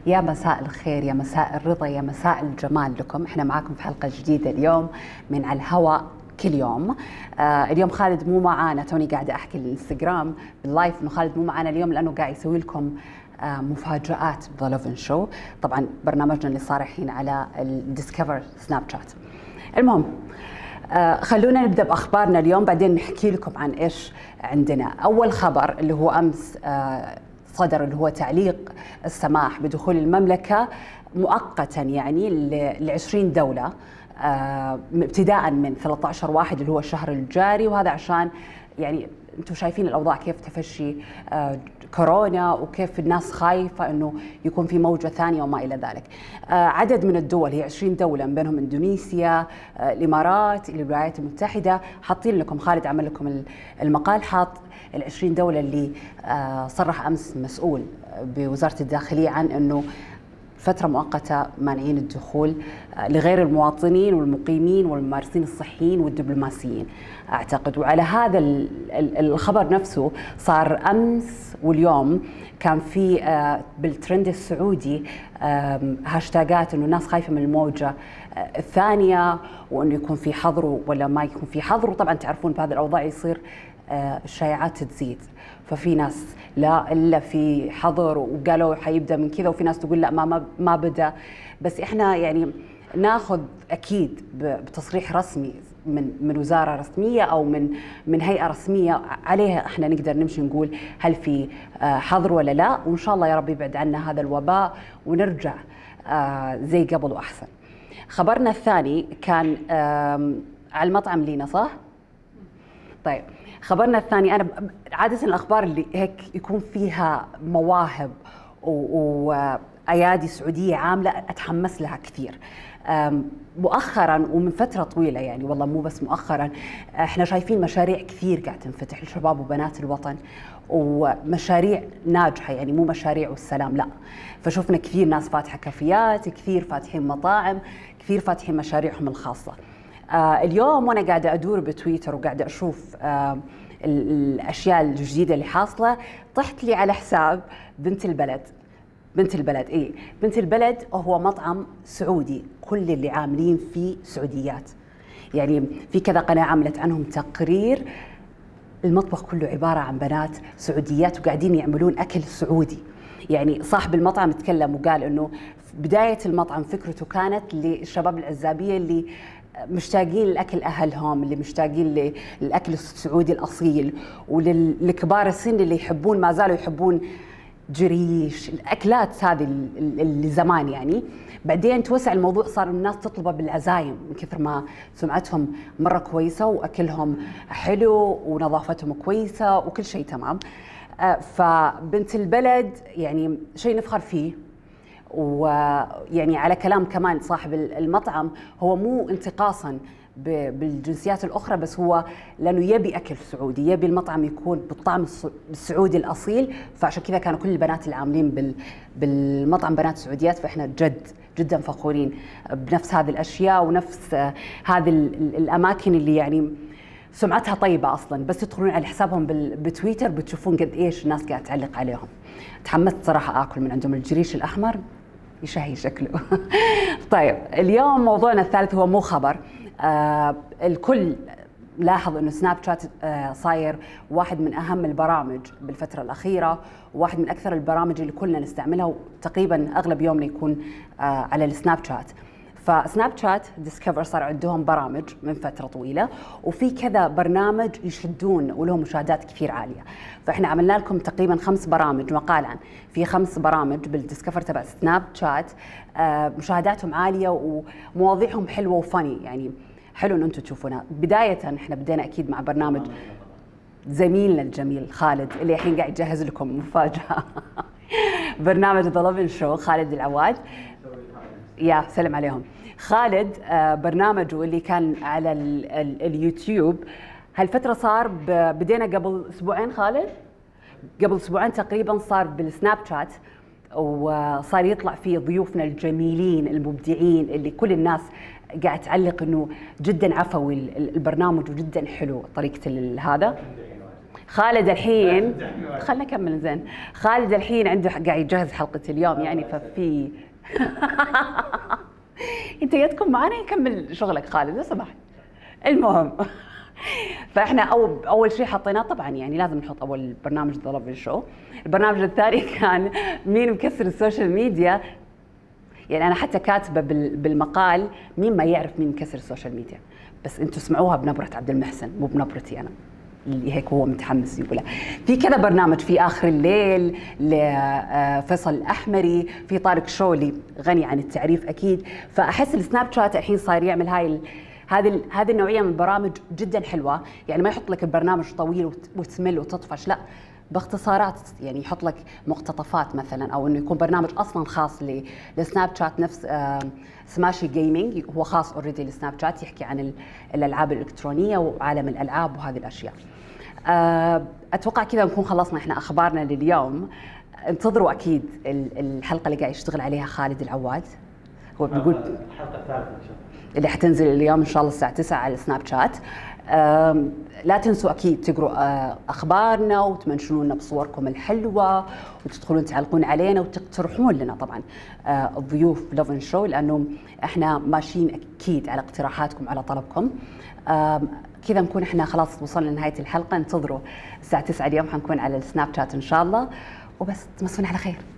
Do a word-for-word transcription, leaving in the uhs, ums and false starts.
يا مساء الخير، يا مساء الرضا، يا مساء الجمال لكم. احنا معاكم في حلقة جديدة اليوم من على الهواء كل يوم. آه اليوم خالد مو معانا، توني قاعدة احكي الانستغرام باللايف انه خالد مو معانا اليوم لانه قاعد يسوي لكم آه مفاجآت ذا لوفن شو. طبعا برنامجنا اللي صار الحين على الديسكفر سناب شات. المهم آه خلونا نبدأ بأخبارنا اليوم، بعدين نحكي لكم عن إيش عندنا. أول خبر اللي هو أمس آه صدر، اللي هو تعليق السماح بدخول المملكة مؤقتا يعني ل عشرين دولة آه ابتداء من ثلاثة عشر واحد اللي هو الشهر الجاري، وهذا عشان يعني انتم شايفين الاوضاع كيف تفشي آه كورونا وكيف الناس خايفه انه يكون في موجه ثانيه وما الى ذلك. آه عدد من الدول، هي عشرين دوله، من بينهم اندونيسيا، آه الامارات، الولايات المتحده. حاطين لكم، خالد عمل لكم المقال، حاط ال عشرين دوله اللي آه صرح امس مسؤول بوزاره الداخليه عن انه فترة مؤقتة مانعين الدخول لغير المواطنين والمقيمين والممارسين الصحيين والدبلوماسيين أعتقد. وعلى هذا الخبر نفسه صار أمس واليوم كان في بالترند السعودي هاشتاجات إنه الناس خايفة من الموجة الثانية، وإنه يكون في حظر ولا ما يكون في حظر. وطبعا تعرفون بهذه الأوضاع يصير الشائعات تزيد، ففي ناس لا الا في حظر وقالوا حيبدا من كذا، وفي ناس تقول لا ما ما بدا. بس احنا يعني ناخذ اكيد بتصريح رسمي من من وزاره رسميه او من من هيئه رسميه، عليها احنا نقدر نمشي نقول هل في حظر ولا لا، وان شاء الله يا رب يبعد عنا هذا الوباء ونرجع زي قبل واحسن. خبرنا الثاني كان على المطعم لينا، صح؟ طيب خبرنا الثاني، أنا عادة الأخبار اللي هيك يكون فيها مواهب وأيادي سعودية عاملة أتحمس لها كثير. مؤخرا ومن فترة طويلة يعني، والله مو بس مؤخرا، احنا شايفين مشاريع كثير قاعد تنفتح لشباب وبنات الوطن، ومشاريع ناجحة يعني، مو مشاريع والسلام لا. فشوفنا كثير ناس فاتحة كافيات، كثير فاتحين مطاعم، كثير فاتحين مشاريعهم الخاصة. آه اليوم وانا قاعده ادور بتويتر وقاعده اشوف آه الاشياء الجديده اللي حاصله، طحت لي على حساب بنت البلد. بنت البلد اي بنت البلد هو مطعم سعودي، كل اللي عاملين فيه سعوديات. يعني في كذا قناه عملت عنهم تقرير، المطبخ كله عباره عن بنات سعوديات وقاعدين يعملون اكل سعودي. يعني صاحب المطعم تكلم وقال انه بدايه المطعم فكرته كانت للشباب العزابيه اللي مشتاقين لأكل أهلهم، اللي مشتاقين للأكل السعودي الأصيل، وللكبار السن اللي يحبون، ما زالوا يحبون جريش، الأكلات هذه اللي زمان يعني. بعدين توسع الموضوع، صار الناس تطلبه بالعزايم من كثر ما سمعتهم مرة كويسة وأكلهم حلو ونظافتهم كويسة وكل شيء تمام. فبنت البلد يعني شيء نفخر فيه. ويعني على كلام كمان صاحب المطعم، هو مو انتقاصا بالجنسيات الأخرى، بس هو لأنه يبي أكل سعودي، يبي المطعم يكون بالطعم السعودي الأصيل، فعشان كذا كانوا كل البنات اللي عاملين بالمطعم بنات سعوديات. فإحنا جد جدا فخورين بنفس هذه الأشياء ونفس هذه الأماكن اللي يعني سمعتها طيبة أصلا. بس تدخلون على حسابهم بتويتر بتشوفون قد إيش الناس قاعدة تعلق عليهم. تحمست صراحة آكل من عندهم الجريش الأحمر، يشهي شكله. طيب اليوم موضوعنا الثالث هو مو خبر. آه الكل لاحظ انه سناب شات آه صاير واحد من اهم البرامج بالفتره الاخيره، وواحد من اكثر البرامج اللي كلنا نستعملها، وتقريبا اغلب يومنا يكون آه على السناب شات. فسناب شات ديسكفر صار عندهم برامج من فتره طويله، وفي كذا برنامج يشدون ولهم مشاهدات كثير عاليه. فاحنا عملنا لكم تقريبا خمس برامج، مقال عن في خمس برامج بالديسكفر تبع سناب شات آه مشاهداتهم عاليه ومواضيعهم حلوه وفاني، يعني حلو ان انتم تشوفونها. بدايه احنا بدينا اكيد مع برنامج زميلنا الجميل خالد اللي الحين قاعد يجهز لكم مفاجاه. برنامج ذا لوفن شو، خالد العواد. يا سلم عليهم. خالد آه برنامجه اللي كان على ال ال اليوتيوب هالفترة صار بدينا قبل أسبوعين. خالد قبل أسبوعين تقريبا صار بالسناب شات، وصار يطلع فيه ضيوفنا الجميلين المبدعين اللي كل الناس قاعد تعلق انه جدا عفوي البرنامج وجدا حلو طريقة هذا. خالد الحين خلنا نكمل زين. خالد الحين عنده قاعد يجهز حلقة اليوم يعني ففي انت يدكم معنا يكمل شغلك خالد لو سمحت. المهم فاحنا أول, اول شيء حطيناه طبعا يعني لازم نحط اول برنامج ذا لافل شو. البرنامج الثاني كان مين مكسر السوشيال ميديا. يعني انا حتى كاتبه بالمقال مين ما يعرف مين مكسر السوشيال ميديا، بس انتم اسمعوها بنبره عبد المحسن مو بنبرتي انا اللي هيك هو متحمس يقولها. في كذا برنامج، في اخر الليل لفيصل الاحمري، في طارق شولي غني عن التعريف اكيد. فاحس السناب شات الحين صار يعمل هاي هذه هذه النوعيه من البرامج جدا حلوه، يعني ما يحط لك البرنامج طويل وتمل وتطفش، لا باختصارات، يعني يحط لك مقتطفات مثلا، او انه يكون برنامج اصلا خاص لسناب شات نفس سماشي جيمنج، هو خاص اوريدي لسناب شات، يحكي عن الالعاب الالكترونيه وعالم الالعاب وهذه الاشياء. اتوقع كذا نكون خلصنا احنا اخبارنا لليوم. انتظروا اكيد الحلقه اللي قاعد يشتغل عليها خالد العواد، هو بيقول الحلقه الثالثه ان شاء الله اللي حتنزل اليوم ان شاء الله الساعه تسعة على السناب شات. لا تنسوا اكيد تقروا اخبارنا وتمنشنوا لنا بصوركم الحلوه وتدخلون تعلقون علينا وتقترحون لنا طبعا الضيوف لوفن شو، لانه احنا ماشيين اكيد على اقتراحاتكم على طلبكم. كذا نكون احنا خلاص وصلنا لنهايه الحلقه. انتظروا الساعه تسعة اليوم حنكون على السناب شات ان شاء الله، وبس تمسون على خير.